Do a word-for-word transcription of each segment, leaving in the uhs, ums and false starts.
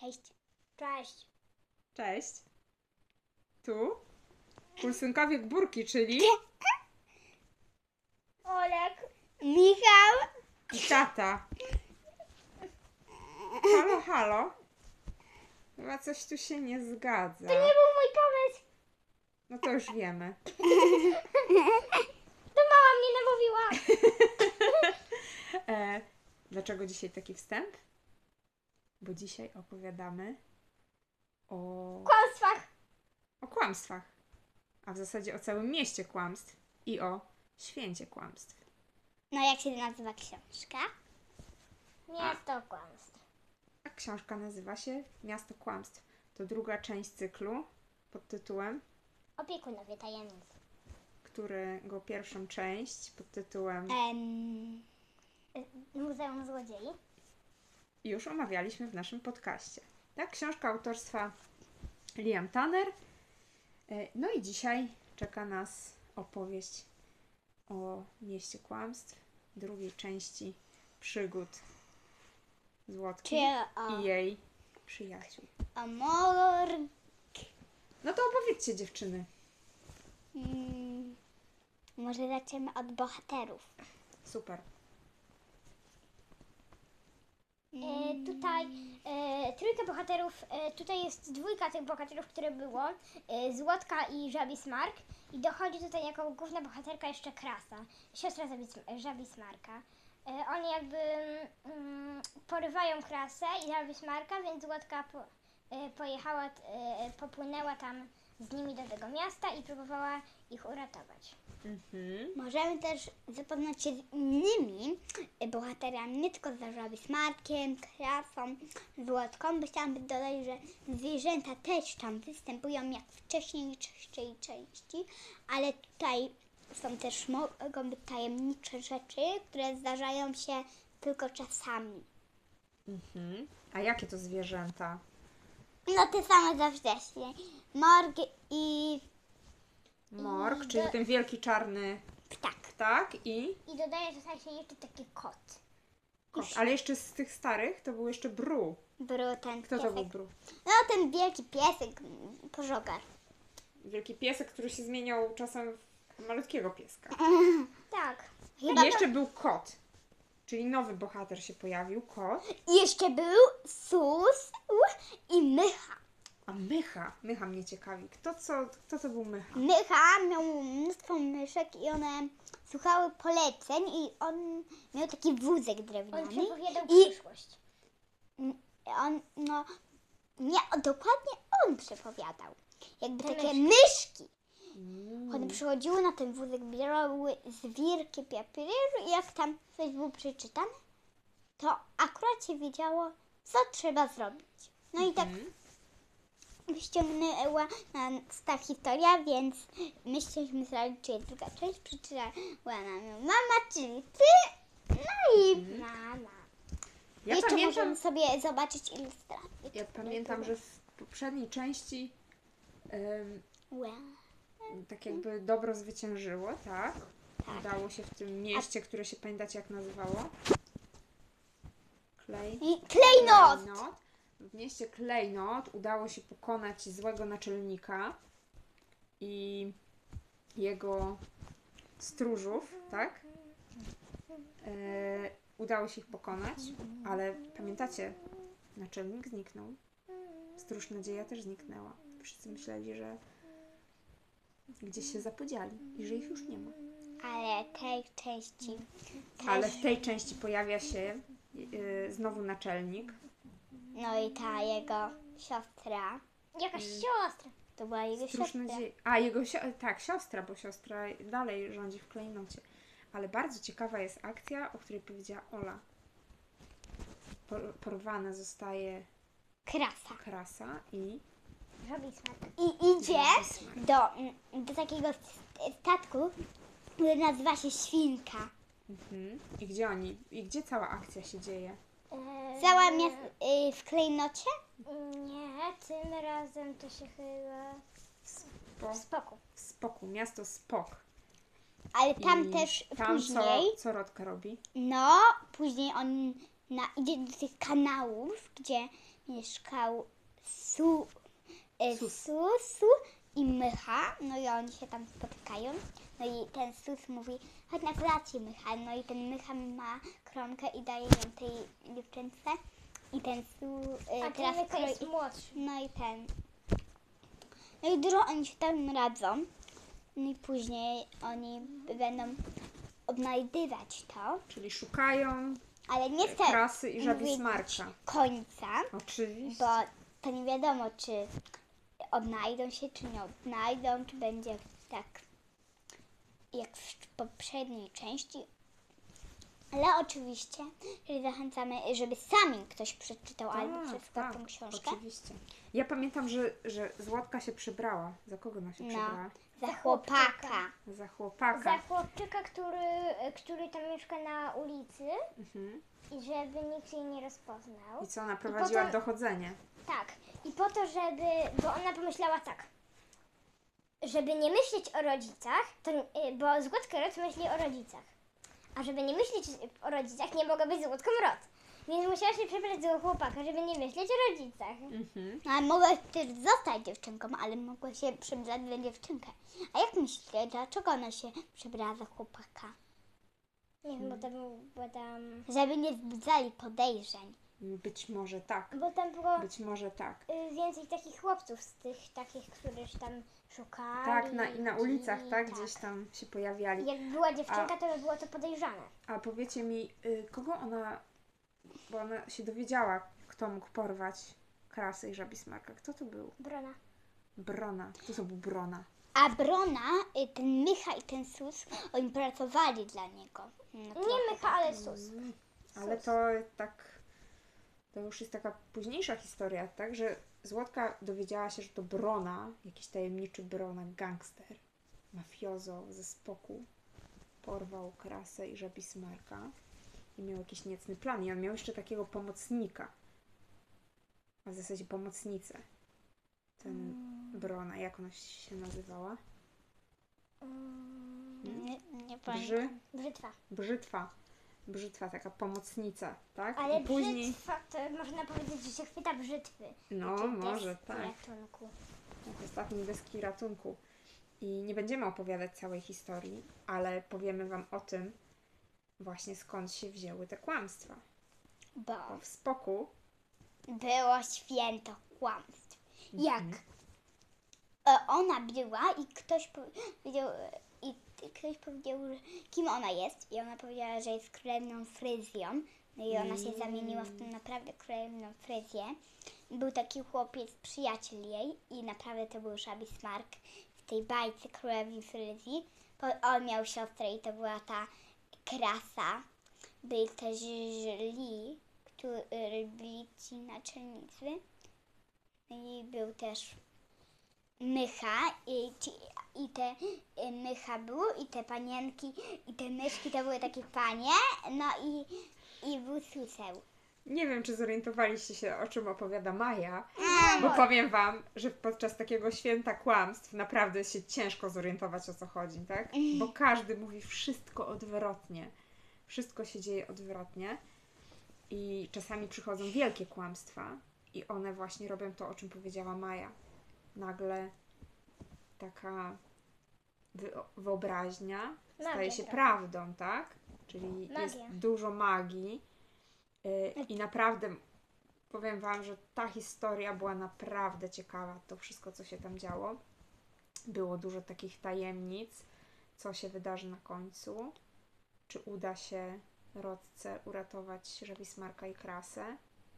Cześć. Cześć. Cześć. Tu Pulsynkowie Gburki, czyli Olek. Michał. i tata. Halo, halo. Chyba coś tu się nie zgadza. To nie był mój pomysł. No to już wiemy. To mama mnie namówiła. E, dlaczego dzisiaj taki wstęp? Bo dzisiaj opowiadamy o, W kłamstwach. o kłamstwach. A w zasadzie o całym mieście kłamstw i o święcie kłamstw. No jak się nazywa książka? Miasto kłamstw. A książka nazywa się Miasto Kłamstw. To druga część cyklu pod tytułem, Opiekunowie tajemnic. którego pierwszą część pod tytułem Em, Muzeum Złodziei. już omawialiśmy w naszym podcaście. Tak, książka autorstwa Liam Tanner. E, No i dzisiaj czeka nas opowieść o mieście kłamstw, drugiej części przygód Złotki Czy o, i jej przyjaciół. o mor... No to opowiedzcie, dziewczyny. Hmm, może zaczniemy od bohaterów. Super. E, tutaj e, trójka bohaterów, e, tutaj jest dwójka tych bohaterów, które było, e, Złotka i Żabi Smark i dochodzi tutaj jako główna bohaterka jeszcze Krasa, siostra Żabi- Żabi Smarka. E, oni jakby mm, porywają Krasę i Żabi Smarka, więc Złotka po, e, pojechała, e, popłynęła tam z nimi do tego miasta i próbowała ich uratować. Mhm. Możemy też zapoznać się z innymi bohaterami, nie tylko z Żabi Smarkiem, Krasą, Złotką, bo chciałam dodać, że zwierzęta też tam występują jak w wcześniejszej części, ale tutaj są też mogą być tajemnicze rzeczy, które zdarzają się tylko czasami. Mhm. A jakie to zwierzęta? No te same za wcześniej. Morg i Morg, I czyli do- ten wielki czarny ptak. ptak i I dodaję tutaj się jeszcze taki kot. kot. Ale jeszcze z tych starych to był jeszcze Bru. Był ten Kto to piesek. był Bru? No ten wielki piesek, mm, pożogar. Wielki piesek, który się zmieniał czasem w malutkiego pieska. Tak. I Chyba jeszcze był kot. Czyli nowy bohater się pojawił, kot. I jeszcze był Sus i Mycha. A Mycha. Mycha mnie ciekawi. Kto, co, kto to był Mycha? Mycha miał mnóstwo myszek i one słuchały poleceń i on miał taki wózek drewniany. On przepowiadał I przyszłość. on, no, nie, dokładnie on przepowiadał. Jakby Te takie myszki. myszki. Mm. One przychodziły na ten wózek, bierały zwirki papieru i jak tam coś było przeczytane, to akurat się wiedziało, co trzeba zrobić. No i tak Mhm. wyściągnęła nas ta historia, więc myśleliśmy sobie, czy jest druga część, przeczytała nam ją mama, czyli ty, no i mama. Ja Jeszcze pamiętam, możemy sobie zobaczyć ilustrację. ja pamiętam, że w poprzedniej części em, Wow. tak jakby dobro zwyciężyło, tak? Tak. Udało się w tym mieście, które się pamiętacie jak nazywało? Klej. I klejnot! Klejnot. W mieście Klejnot udało się pokonać złego naczelnika i jego stróżów, tak? E, udało się ich pokonać, ale pamiętacie, naczelnik zniknął. Stróż Nadzieja też zniknęła. Wszyscy myśleli, że gdzieś się zapodziali i że ich już nie ma. Ale tej części też, Ale w tej części pojawia się e, znowu naczelnik. no i ta jego siostra, Jakaś Mm. siostra. to była jego Stróż siostra. Nadziei. A, jego sio- tak, siostra, bo siostra dalej rządzi w Klejnocie. Ale bardzo ciekawa jest akcja, o której powiedziała Ola. Por- porwana zostaje Krasa. Krasa i Żabi Smark. I idzie Smark. do, mm, do takiego st- statku, który nazywa się Świnka. Mhm. I gdzie oni, i gdzie cała akcja się dzieje? Eee, Cała miast y, w klejnocie? Nie, tym razem to się chyba... Spo, W Spoku. Spoku, miasto Spok. Ale tam I też tam później, co, co Rodka robi? no, później on na, idzie do tych kanałów, gdzie mieszkał su, e, Sus. Susu i Mycha, no i oni się tam spotykają. No i ten Sus mówi, chodź na kolację Mycha. No i ten Mycha ma kromkę i daje ją tej dziewczynce. I ten Su e, A teraz ten kroi- jest młodszy. No i ten. No i dużo oni się tam radzą. No i później oni będą odnajdywać to. Czyli szukają Ale nie chcę Krasy i Żabi mówić Smarka. końca, Oczywiście. bo to nie wiadomo, czy odnajdą się, czy nie odnajdą, czy będzie tak jak w poprzedniej części. Ale oczywiście, że zachęcamy, żeby sami ktoś przeczytał albo przeczytał tą książkę. Oczywiście. Ja pamiętam, że, że Złotka się przebrała. Za kogo ona się No, przebrała? za chłopaka. Za chłopaka. Za chłopczyka, który, który tam mieszka na ulicy Mhm. i żeby nikt jej nie rozpoznał. I co, ona prowadziła potem- dochodzenie. Tak. I po to, żeby, bo ona pomyślała tak, żeby nie myśleć o rodzicach, to, y, bo Złotka Rot myśli o rodzicach. A żeby nie myśleć o rodzicach, nie mogła być Złotką Rot. Więc musiała się przebrać za chłopaka, żeby nie myśleć o rodzicach. Mhm. No, ale mogła też zostać dziewczynką, ale mogła się przebrać za dziewczynkę. A jak myślicie, dlaczego ona się przebrała za chłopaka? Nie wiem, bo tam, bo tam, Żeby nie wzbudzali podejrzeń. Być może tak. bo tam było Być może tak. y, więcej takich chłopców z tych takich, których tam szukali. Tak, na, i na ulicach, i tak? Gdzieś tam się pojawiali. Jak była dziewczynka, to by było to podejrzane. A powiecie mi, y, kogo ona, bo ona się dowiedziała, kto mógł porwać Krasy i Żabi Smarka. Kto to był? Brona. Brona. Kto to był Brona? A Brona, y, ten Mycha i ten Sus, oni pracowali dla niego. No to- Nie Mycha, ale Sus. Mm, ale Sus. to tak, to już jest taka późniejsza historia, tak? Że Złotka dowiedziała się, że to Brona, jakiś tajemniczy Brona, gangster, mafiozo ze Spoku, porwał Krasę i Żabi Smarka i miał jakiś niecny plan. I on miał jeszcze takiego pomocnika, a w zasadzie pomocnicę. Ten Brona, jak ona się nazywała? Nie, nie Brzy, pamiętam. Brzytwa. brzytwa. Brzytwa, taka pomocnica, tak? Ale I później... brzytwa, to można powiedzieć, że się chwyta brzytwy. No, Taki może, deski tak. ratunku. Jak ostatniej deski ratunku. I nie będziemy opowiadać całej historii, ale powiemy Wam o tym właśnie skąd się wzięły te kłamstwa. Bo Bo w Spoku było święto kłamstw. Jak Mhm. e, ona była i ktoś powiedział, e, i t- ktoś powiedział, że kim ona jest, i ona powiedziała, że jest królewną Fryzją. No i ona się zamieniła w tą naprawdę królewną Fryzję. Był taki chłopiec, przyjaciel jej, i naprawdę to był Żabi Smark w tej bajce Królowi Fryzji. Bo on miał siostrę i to była ta Krasa. Byli też źli, którzy byli ci naczelnicy. I był też Mycha i, ci, i te y, Mycha był i te panienki i te myszki to były takie panie, no i, i był Suseł. nie wiem, czy zorientowaliście się, o czym opowiada Maja, Mm. bo powiem Wam, że podczas takiego święta kłamstw naprawdę się ciężko zorientować, o co chodzi, tak? Bo każdy mówi wszystko odwrotnie. Wszystko się dzieje odwrotnie i czasami przychodzą wielkie kłamstwa i one właśnie robią to, o czym powiedziała Maja. Nagle taka wy- wyobraźnia staje Magia się trochę. prawdą, tak? Czyli jest Magia. dużo magii y, i naprawdę powiem Wam, że ta historia była naprawdę ciekawa, to wszystko, co się tam działo. Było dużo takich tajemnic, co się wydarzy na końcu, czy uda się Rodce uratować Żabi Smarka i Krasę.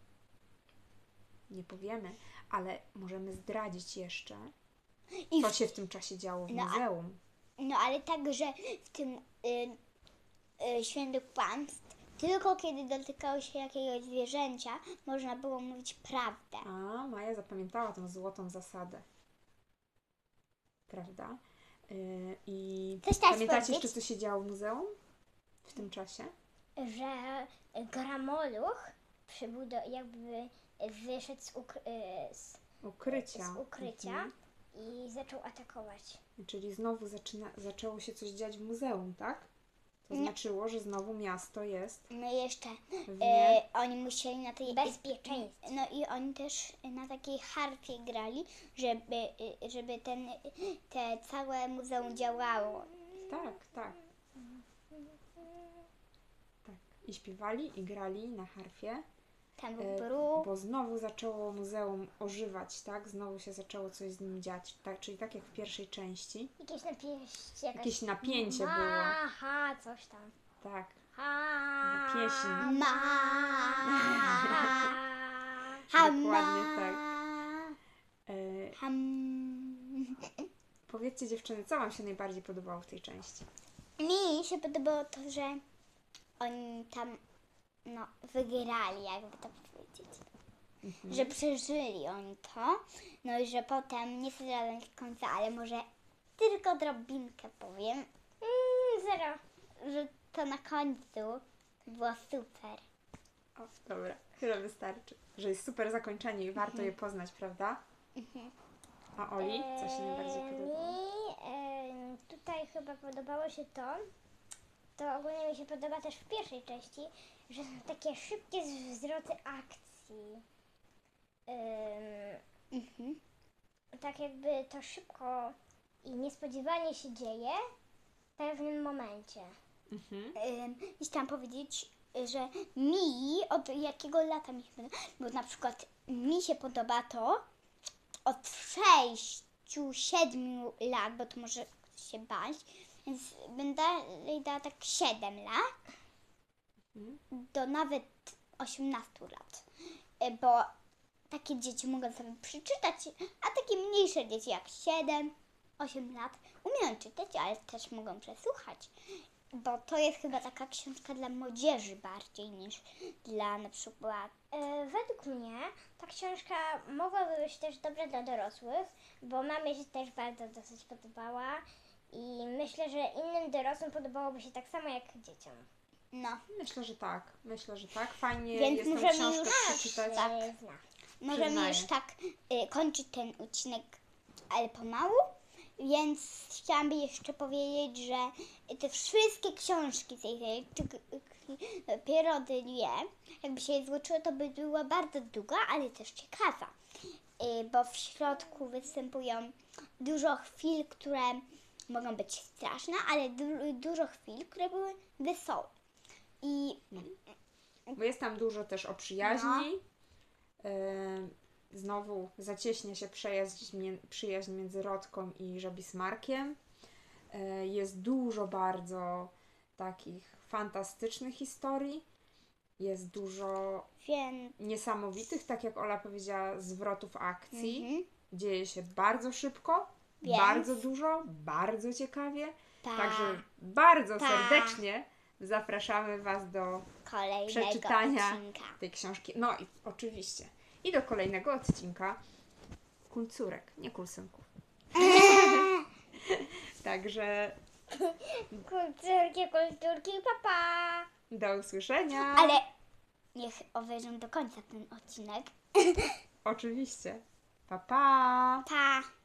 Nie powiemy, ale możemy zdradzić jeszcze, I co w, się w tym czasie działo w No, a- muzeum. no ale także w tym y, y, świętu kłamstw, tylko kiedy dotykało się jakiegoś zwierzęcia, można było mówić prawdę. A, Maja zapamiętała tą złotą zasadę. Prawda? Yy, I Coś chciałaś pamiętacie powiedzieć? jeszcze, co się działo w muzeum w tym czasie? Że Gramoluch przybył do, jakby wyszedł z, ukry- y, z, Ukrycia. z ukrycia Mhm. i zaczął atakować. Czyli znowu zaczyna, zaczęło się coś dziać w muzeum, tak? To znaczyło, że znowu miasto jest No i jeszcze w nie... e, oni musieli na tej Bezpieczeństwo. No i oni też na takiej harfie grali, żeby, e, żeby ten, te całe muzeum działało. Tak, tak. Tak. I śpiewali, i grali na harfie. Tam E, był bruk. Bo znowu zaczęło muzeum ożywać, tak? Znowu się zaczęło coś z nim dziać, tak? Czyli tak jak w pierwszej części. Jakieś napięcie. Jakaś... Jakieś napięcie było. Aha, coś tam. Tak. Ha, Pieśń. Ma. Dokładnie tak. E, Ham. powiedzcie dziewczyny, co Wam się najbardziej podobało w tej części? Mi się podobało to, że oni tam no, wygrali, jakby to powiedzieć. Mhm. Że przeżyli oni to, no i że potem, nie chcę zadać końca, ale może tylko drobinkę powiem, Mm, zero. że to na końcu było super. O, dobra, chyba wystarczy. Że jest super zakończenie i warto je poznać, prawda? A Oli, co się najbardziej Eee, podobało? Mi em, tutaj chyba podobało się to, to ogólnie mi się podoba też w pierwszej części, że są takie szybkie zwroty akcji. Em, Mhm. tak jakby to szybko i niespodziewanie się dzieje w pewnym momencie. Mhm. Ym, I chciałam powiedzieć, że mi od jakiego lata mi się podoba, bo na przykład mi się podoba to od sześciu, siedmiu lat, bo to może się bać, więc bym dalej dała tak siedem lat Mhm. do nawet osiemnastu lat, Y, bo takie dzieci mogą sobie przeczytać, a takie mniejsze dzieci jak siedem, osiem lat umieją czytać, ale też mogą przesłuchać. Bo to jest chyba taka książka dla młodzieży bardziej niż dla na przykład... E, według mnie ta książka mogłaby być też dobra dla dorosłych, bo mamie się też bardzo dosyć podobała i myślę, że innym dorosłym podobałoby się tak samo jak dzieciom. No, Myślę, że tak. Myślę, że tak. Fajnie Więc jest tę możemy książkę już- przeczytać. Tak. E, zna. możemy Przyznaję. już tak y, kończyć ten odcinek, ale pomału. Więc chciałam jeszcze powiedzieć, że te wszystkie książki z tej serii, czy- dopiero dwie, jakby się je złączyło, to by była bardzo długa, ale też ciekawa. Y, bo w środku występują dużo chwil, które mogą być straszne, ale du- dużo chwil, które były wesołe. I Bo jest tam dużo też o przyjaźni. Em, Znowu zacieśnia się przyjaźń, mie- przyjaźń między Rodką i Żabismarkiem. E, Jest dużo bardzo takich fantastycznych historii. Jest dużo więc... niesamowitych, tak jak Ola powiedziała, zwrotów akcji. Mhm. Dzieje się bardzo szybko, Więc- bardzo dużo, bardzo ciekawie. Tak. Także bardzo Pa. serdecznie zapraszamy Was do Kolejnego przeczytania odcinka. tej książki. No i oczywiście. I do kolejnego odcinka kulcurek, nie kulsynków. Także Kulturki, kulturki, papa! do usłyszenia. Ale niech obejrzą do końca ten odcinek. Oczywiście. Pa, pa. Pa!